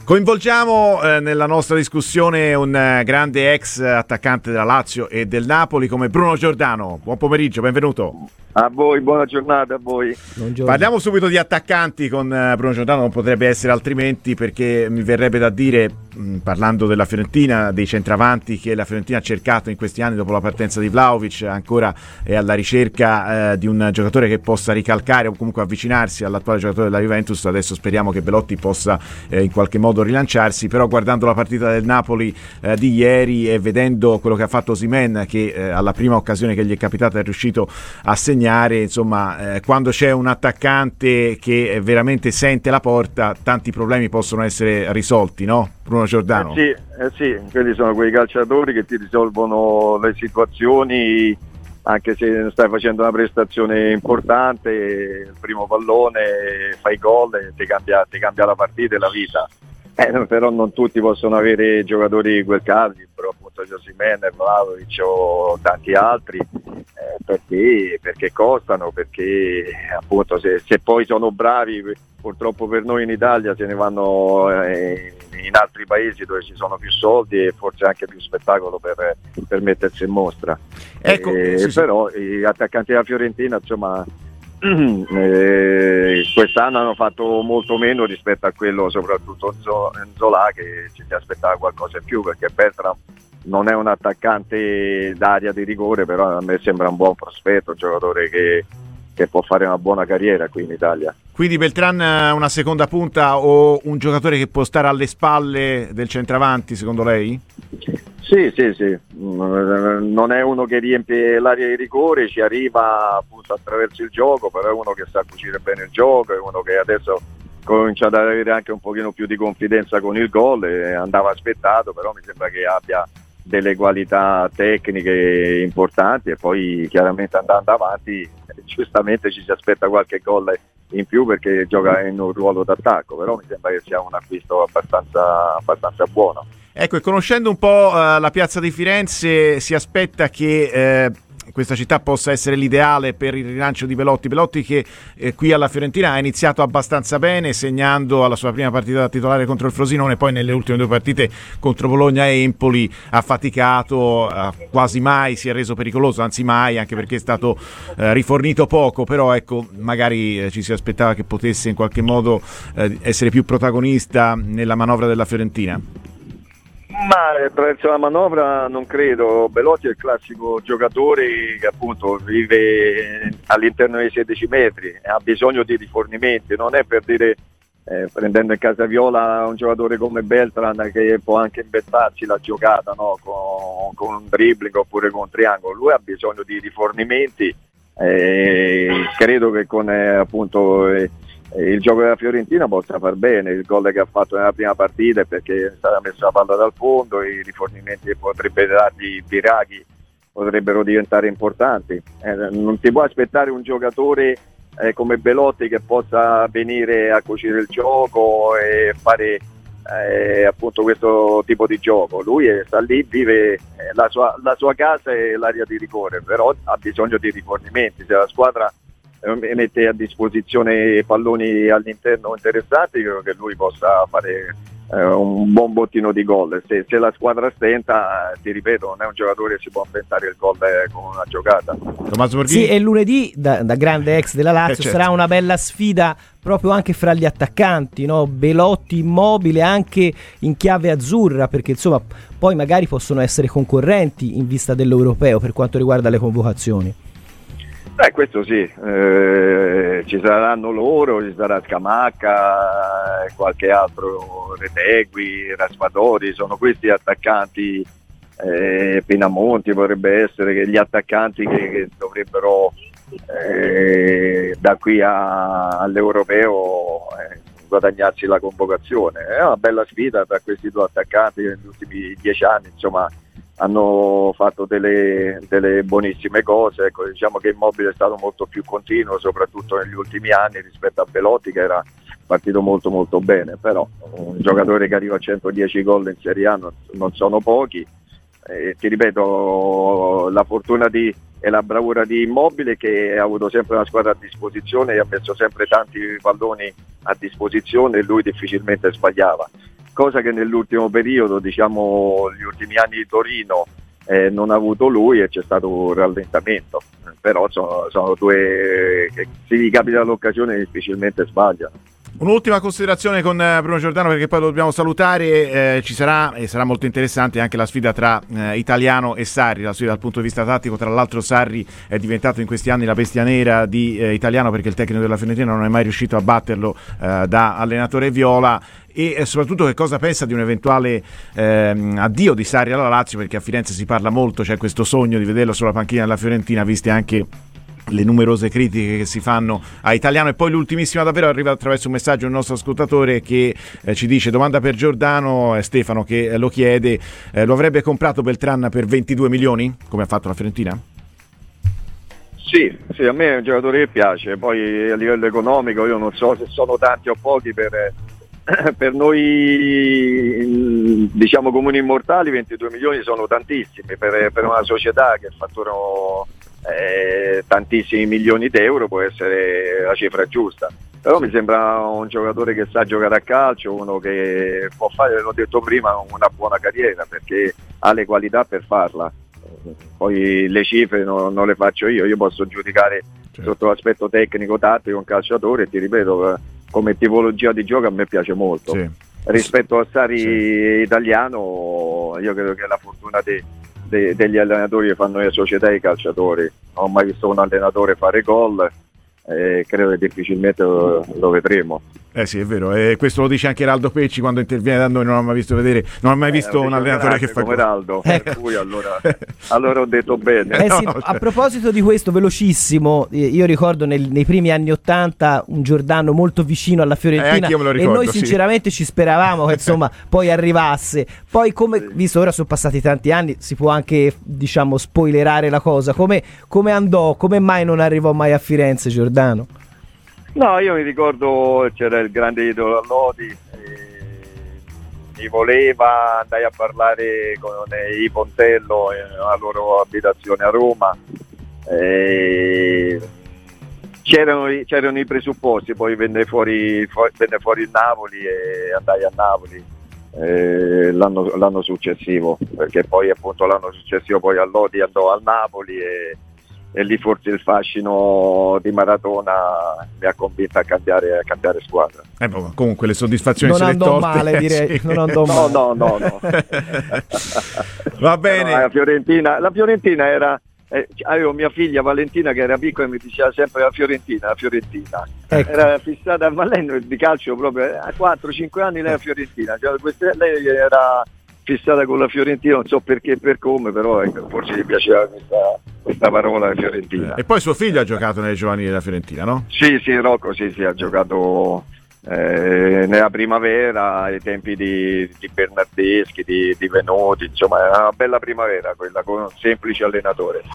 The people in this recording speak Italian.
Coinvolgiamo nella nostra discussione un grande ex attaccante della Lazio e del Napoli come Bruno Giordano. Buon pomeriggio, benvenuto. A voi, buona giornata a voi. Parliamo subito di attaccanti con Bruno Giordano, non potrebbe essere altrimenti, perché mi verrebbe da dire, parlando della Fiorentina, dei centravanti che la Fiorentina ha cercato in questi anni dopo la partenza di Vlahovic, ancora è alla ricerca di un giocatore che possa ricalcare o comunque avvicinarsi all'attuale giocatore della Juventus. Adesso speriamo che Belotti possa in qualche modo rilanciarsi, però guardando la partita del Napoli di ieri e vedendo quello che ha fatto Osimhen, che alla prima occasione che gli è capitata è riuscito a segnare, insomma, quando c'è un attaccante che veramente sente la porta, tanti problemi possono essere risolti, no? Bruno Giordano. Sì, quelli sono quei calciatori che ti risolvono le situazioni anche se non stai facendo una prestazione importante, il primo pallone, fai gol e ti cambia la partita e la vita. Però non tutti possono avere giocatori di quel calibro, appunto Osimhen, Vlahovic o tanti altri, perché costano, perché appunto se poi sono bravi, purtroppo per noi in Italia se ne vanno in altri paesi dove ci sono più soldi e forse anche più spettacolo per mettersi in mostra. Ecco, sì. Però gli attaccanti della Fiorentina, insomma, quest'anno hanno fatto molto meno rispetto a quello, soprattutto Nzola, che ci si aspettava qualcosa in più, perché Bertrand non è un attaccante d'area di rigore, però a me sembra un buon prospetto, un giocatore che può fare una buona carriera qui in Italia. Quindi Beltran una seconda punta o un giocatore che può stare alle spalle del centravanti, secondo lei? Sì. Non è uno che riempie l'area di rigore, ci arriva appunto attraverso il gioco, però è uno che sa cucire bene il gioco, è uno che adesso comincia ad avere anche un pochino più di confidenza con il gol, e andava aspettato, però mi sembra che abbia delle qualità tecniche importanti, e poi chiaramente andando avanti giustamente ci si aspetta qualche gol in più perché gioca in un ruolo d'attacco, però mi sembra che sia un acquisto abbastanza buono. Ecco, e conoscendo un po' la piazza di Firenze, si aspetta che questa città possa essere l'ideale per il rilancio di Belotti. Belotti che qui alla Fiorentina ha iniziato abbastanza bene, segnando alla sua prima partita da titolare contro il Frosinone, poi nelle ultime due partite contro Bologna e Empoli ha faticato, quasi mai si è reso pericoloso, anzi mai, anche perché è stato rifornito poco, però ecco, magari ci si aspettava che potesse in qualche modo essere più protagonista nella manovra della Fiorentina. Ma attraverso la manovra non credo. Belotti è il classico giocatore che appunto vive all'interno dei 16 metri, ha bisogno di rifornimenti, non è per dire prendendo in casa Viola un giocatore come Beltran che può anche inventarsi la giocata, no? con un dribbling oppure con un triangolo. Lui ha bisogno di rifornimenti, credo che con appunto il gioco della Fiorentina possa far bene. Il gol che ha fatto nella prima partita è perché è stata messa la palla dal fondo, i rifornimenti che potrebbe dargli Biraghi potrebbero diventare importanti. Non ti può aspettare un giocatore come Belotti che possa venire a cucire il gioco e fare appunto questo tipo di gioco. Lui sta lì, vive la sua casa e l'area di rigore, però ha bisogno di rifornimenti. Se la squadra mette a disposizione palloni all'interno interessanti, credo che lui possa fare un buon bottino di gol. Se la squadra stenta, ti ripeto, non è un giocatore che si può inventare il gol con una giocata. Tommaso Borghini? Sì, e lunedì da grande ex della Lazio certo, sarà una bella sfida proprio anche fra gli attaccanti, no? Belotti, Immobile, anche in chiave azzurra, perché insomma poi magari possono essere concorrenti in vista dell'Europeo per quanto riguarda le convocazioni. Questo sì, ci saranno loro, ci sarà Scamacca, qualche altro, Retegui, Raspadori, sono questi attaccanti, Pinamonti potrebbe essere, che gli attaccanti che dovrebbero da qui all'Europeo guadagnarsi la convocazione. È una bella sfida tra questi due attaccanti che negli ultimi 10 anni insomma hanno fatto delle buonissime cose. Ecco, diciamo che Immobile è stato molto più continuo, soprattutto negli ultimi anni, rispetto a Belotti che era partito molto molto bene, però un giocatore che arriva a 110 gol in Serie A non sono pochi. Ti ripeto, la fortuna e la bravura di Immobile, che ha avuto sempre una squadra a disposizione e ha messo sempre tanti palloni a disposizione e lui difficilmente sbagliava. cosa che nell'ultimo periodo, diciamo gli ultimi anni di Torino, non ha avuto lui e c'è stato un rallentamento, però sono due che se gli capita l'occasione difficilmente sbagliano. Un'ultima considerazione con Bruno Giordano, perché poi lo dobbiamo salutare. Ci sarà, e sarà molto interessante, anche la sfida tra Italiano e Sarri, la sfida dal punto di vista tattico. Tra l'altro Sarri è diventato in questi anni la bestia nera di Italiano, perché il tecnico della Fiorentina non è mai riuscito a batterlo da allenatore viola. E soprattutto che cosa pensa di un eventuale addio di Sarri alla Lazio, perché a Firenze si parla molto, c'è questo sogno di vederlo sulla panchina della Fiorentina, viste anche le numerose critiche che si fanno a Italiano. E poi l'ultimissima davvero arriva attraverso un messaggio un nostro ascoltatore che ci dice: domanda per Giordano, Stefano che lo chiede, lo avrebbe comprato Beltran per 22 milioni come ha fatto la Fiorentina? Sì, a me è un giocatore che piace, poi a livello economico io non so se sono tanti o pochi per noi, diciamo, comuni immortali 22 milioni sono tantissimi, per una società che fatturano tantissimi milioni d'euro può essere la cifra giusta, però mi sembra un giocatore che sa giocare a calcio, uno che può fare, l'ho detto prima, una buona carriera perché ha le qualità per farla. Poi le cifre non le faccio io posso giudicare sotto l'aspetto tecnico, tattico un calciatore, e ti ripeto, come tipologia di gioco a me piace molto. Rispetto a Sarri Italiano, io credo che è la fortuna degli allenatori che fanno le società e i calciatori. Non ho mai visto un allenatore fare gol, credo che difficilmente lo vedremo. Sì, è vero, e questo lo dice anche Raldo Pecci quando interviene da noi, non ho mai visto un allenatore che fa come Raldo, per cui allora ho detto bene. Sì, a proposito di questo, velocissimo, io ricordo nei primi anni '80 un Giordano molto vicino alla Fiorentina, io me lo ricordo, e noi sinceramente ci speravamo che insomma poi arrivasse. Poi visto ora sono passati tanti anni, si può anche, diciamo, spoilerare la cosa, come andò, come mai non arrivò mai a Firenze Giordano? No, io mi ricordo c'era il grande idolo Lodi, mi voleva, andai a parlare con i Pontello alla loro abitazione a Roma, c'erano i presupposti, poi venne fuori il Napoli e andai a Napoli l'anno successivo, perché poi appunto l'anno successivo poi a Lodi andò al Napoli e lì forse il fascino di Maradona mi ha convinto a cambiare squadra. Comunque le soddisfazioni non se le andò tolte. male, direi. Sì. Non andò male. No. Va bene. No, la Fiorentina era avevo mia figlia Valentina che era piccola e mi diceva sempre la Fiorentina. Ecco. Era fissata, ma lei di calcio proprio a 4-5 anni lei è Fiorentina, lei era fissata con la Fiorentina, non so perché e per come, però forse gli piaceva questa parola Fiorentina. E poi suo figlio ha giocato nelle giovanili della Fiorentina, no? Sì, Rocco, sì, ha giocato nella primavera, ai tempi di Bernardeschi, di Venuti, insomma, è una bella primavera quella con un semplice allenatore.